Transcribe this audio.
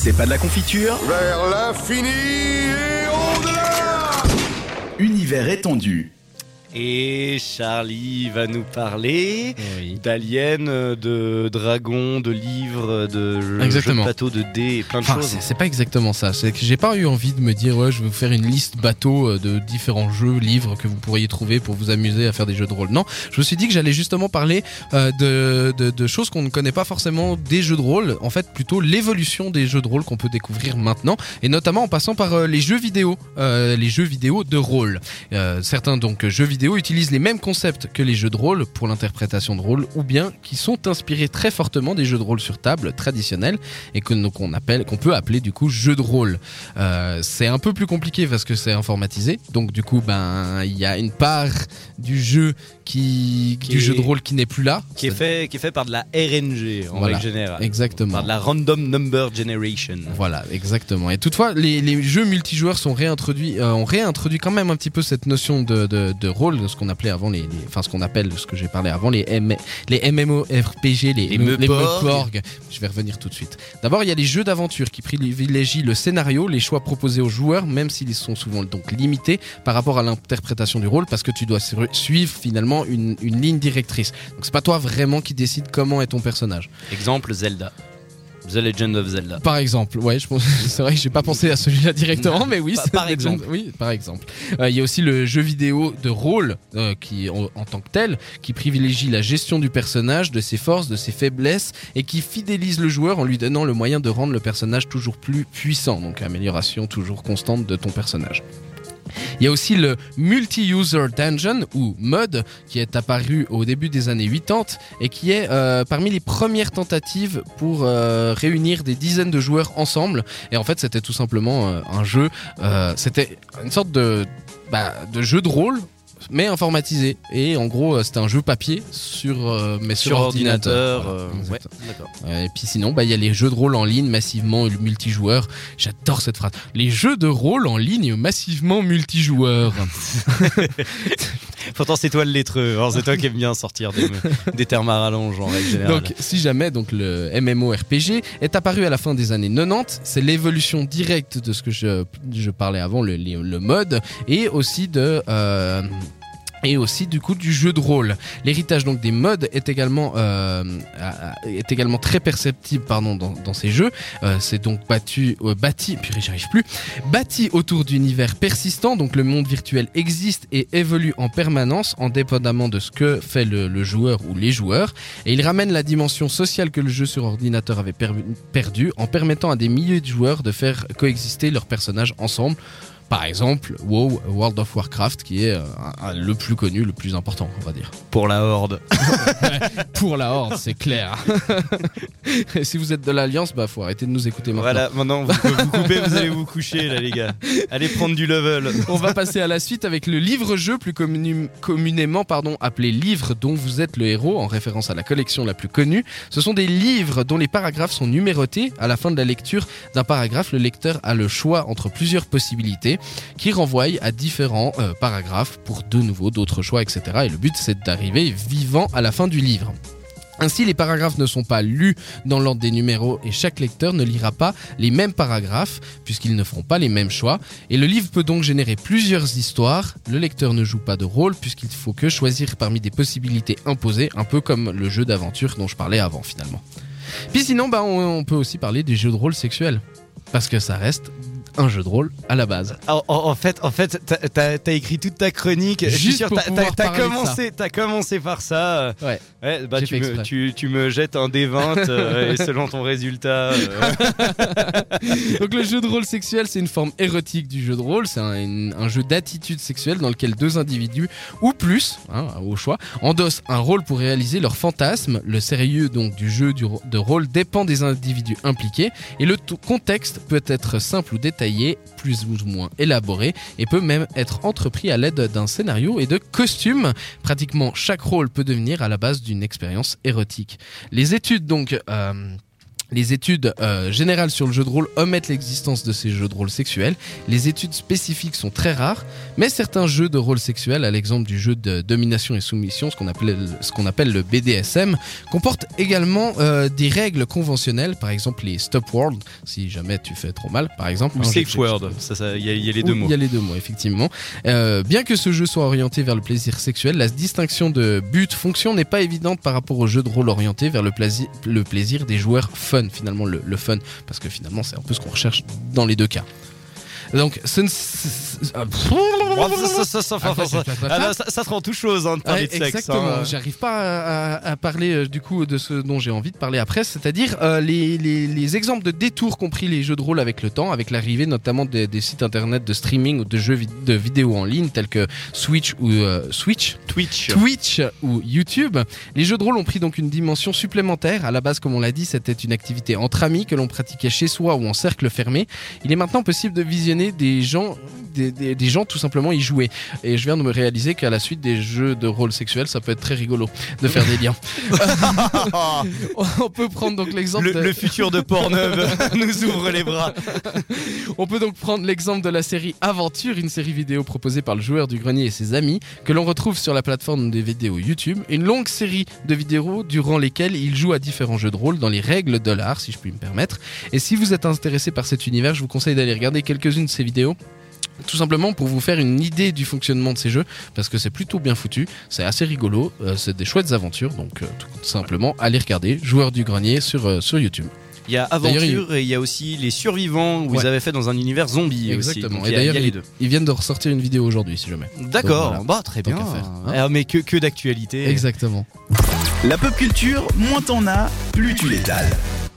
C'est pas de la confiture. Vers l'infini et au-delà. Univers étendu. Et Charlie va nous parler d'aliens, de dragons, de livres, de jeux de plateau, de dés et plein de choses. C'est pas exactement ça. C'est que j'ai pas eu envie de me dire je vais vous faire une liste bateau de différents jeux, livres que vous pourriez trouver pour vous amuser à faire des jeux de rôle. Non, je me suis dit que j'allais justement parler de choses qu'on ne connaît pas forcément des jeux de rôle. En fait, plutôt l'évolution des jeux de rôle qu'on peut découvrir maintenant, et notamment en passant par les jeux vidéo de rôle. Certains donc jeux vidéo utilisent les mêmes concepts que les jeux de rôle pour l'interprétation de rôle, ou bien qui sont inspirés très fortement des jeux de rôle sur table traditionnels et qu'on peut appeler du coup jeux de rôle. C'est un peu plus compliqué parce que c'est informatisé, donc du coup il y a une part du jeu jeu de rôle qui n'est plus là, qui est fait par de la RNG en règle générale. Exactement. Par de la Random Number Generation. Voilà, exactement. Et toutefois, les jeux multijoueurs ont réintroduit quand même un petit peu cette notion de rôle, de ce qu'on appelait avant ce qu'on appelle, ce que j'ai parlé avant, les MMORPG, les Meupborg. Je vais revenir tout de suite. D'abord, il y a les jeux d'aventure qui privilégient le scénario, les choix proposés aux joueurs, même s'ils sont souvent donc limités par rapport à l'interprétation du rôle, parce que tu dois suivre finalement une ligne directrice. Donc c'est pas toi vraiment qui décide comment est ton personnage. Exemple, Zelda. The Legend of Zelda. Par exemple, ouais, c'est vrai que j'ai pas pensé à celui-là directement, mais oui, par exemple. Oui, par exemple. Il y a aussi le jeu vidéo de rôle qui, en tant que tel, qui privilégie la gestion du personnage, de ses forces, de ses faiblesses, et qui fidélise le joueur en lui donnant le moyen de rendre le personnage toujours plus puissant. Donc amélioration toujours constante de ton personnage. Il y a aussi le Multi-User Dungeon ou MUD qui est apparu au début des années 80 et qui est parmi les premières tentatives pour réunir des dizaines de joueurs ensemble. Et en fait, c'était tout simplement un jeu, c'était une sorte de jeu de rôle, mais informatisé. Et en gros, c'était un jeu papier sur ordinateur. Ouais, d'accord. Et puis sinon, il y a les jeux de rôle en ligne massivement multijoueurs. J'adore cette phrase. Les jeux de rôle en ligne massivement multijoueurs. Pourtant, c'est toi le lettreux. Alors, c'est toi qui aime bien sortir des termes à rallonge en règle générale. Donc, si jamais le MMORPG est apparu à la fin des années 90, c'est l'évolution directe de ce que je parlais avant, le mode, et aussi du coup du jeu de rôle. L'héritage donc des modes est également très perceptible dans ces jeux. C'est donc bâti autour d'univers persistants. Donc le monde virtuel existe et évolue en permanence, indépendamment de ce que fait le joueur ou les joueurs. Et il ramène la dimension sociale que le jeu sur ordinateur avait perdu en permettant à des milliers de joueurs de faire coexister leurs personnages ensemble. Par exemple, WoW, World of Warcraft, qui est le plus connu, le plus important, on va dire. Pour la Horde. Pour la Horde, c'est clair. Et si vous êtes de l'Alliance, faut arrêter de nous écouter maintenant. Voilà, maintenant vous pouvez vous couper, vous allez vous coucher là les gars. Allez prendre du level. On va passer à la suite avec le livre-jeu, plus communément appelé livre dont vous êtes le héros, en référence à la collection la plus connue. Ce sont des livres dont les paragraphes sont numérotés. À la fin de la lecture d'un paragraphe, le lecteur a le choix entre plusieurs possibilités qui renvoie à différents paragraphes pour de nouveau d'autres choix, etc. Et le but, c'est d'arriver vivant à la fin du livre. Ainsi, les paragraphes ne sont pas lus dans l'ordre des numéros et chaque lecteur ne lira pas les mêmes paragraphes puisqu'ils ne feront pas les mêmes choix. Et le livre peut donc générer plusieurs histoires. Le lecteur ne joue pas de rôle puisqu'il faut que choisir parmi des possibilités imposées, un peu comme le jeu d'aventure dont je parlais avant finalement. Puis sinon, on peut aussi parler des jeux de rôle sexuels parce que ça reste un jeu de rôle à la base. En fait, t'as écrit toute ta chronique. Juste pour t'as commencé par ça. Ouais. Tu me jettes un D20 et selon ton résultat. Donc le jeu de rôle sexuel, c'est une forme érotique du jeu de rôle. C'est un jeu d'attitude sexuelle dans lequel deux individus ou plus, au choix, endossent un rôle pour réaliser leur fantasme. Le sérieux donc du jeu de rôle dépend des individus impliqués et le contexte peut être simple ou détaillé, plus ou moins élaboré et peut même être entrepris à l'aide d'un scénario et de costumes. Pratiquement chaque rôle peut devenir à la base d'une expérience érotique. Les études donc Les études générales sur le jeu de rôle omettent l'existence de ces jeux de rôle sexuels. Les études spécifiques sont très rares, mais certains jeux de rôle sexuels, à l'exemple du jeu de domination et soumission, ce qu'on appelle le BDSM, comportent également des règles conventionnelles, par exemple les stop words, si jamais tu fais trop mal, par exemple. Ou safe word, il y a les deux mots. Il y a les deux mots, effectivement. Bien que ce jeu soit orienté vers le plaisir sexuel, la distinction de but-fonction n'est pas évidente par rapport au jeu de rôle orienté vers le plaisir des joueurs fun, finalement le fun, parce que finalement c'est un peu ce qu'on recherche dans les deux cas. Donc ça te rend tout chose de parler de sexe. Exactement, j'arrive pas à parler du coup de ce dont j'ai envie de parler après, c'est-à-dire les exemples de détours compris les jeux de rôle avec le temps, avec l'arrivée notamment des sites internet de streaming ou de jeux de vidéos en ligne tels que Twitch ou YouTube. Les jeux de rôle ont pris donc une dimension supplémentaire. À la base, comme on l'a dit, c'était une activité entre amis que l'on pratiquait chez soi ou en cercle fermé. Il est maintenant possible de visionner des gens tout simplement y jouer. Et je viens de me réaliser qu'à la suite des jeux de rôle sexuels, ça peut être très rigolo de faire des liens. On peut prendre donc l'exemple le futur de Pornhub nous ouvre les bras. On peut donc prendre l'exemple de la série Aventure, une série vidéo proposée par le joueur du grenier et ses amis, que l'on retrouve sur la plateforme des vidéos YouTube. Une longue série de vidéos durant lesquelles il joue à différents jeux de rôle dans les règles de l'art, si je puis me permettre. Et si vous êtes intéressé par cet univers, je vous conseille d'aller regarder quelques-unes de ces vidéos. Tout simplement pour vous faire une idée du fonctionnement de ces jeux, parce que c'est plutôt bien foutu, c'est assez rigolo, c'est des chouettes aventures, donc tout simplement allez regarder Joueurs du Grenier sur YouTube. Il y a Aventure et il y a aussi Les Survivants où ils avaient fait dans un univers zombie. Exactement. Aussi. Et d'ailleurs, il y a les deux. Ils viennent de ressortir une vidéo aujourd'hui, si jamais. D'accord, donc, voilà. Très bien. Hein, mais que d'actualité. Exactement. La pop culture, moins t'en as, plus tu l'étales.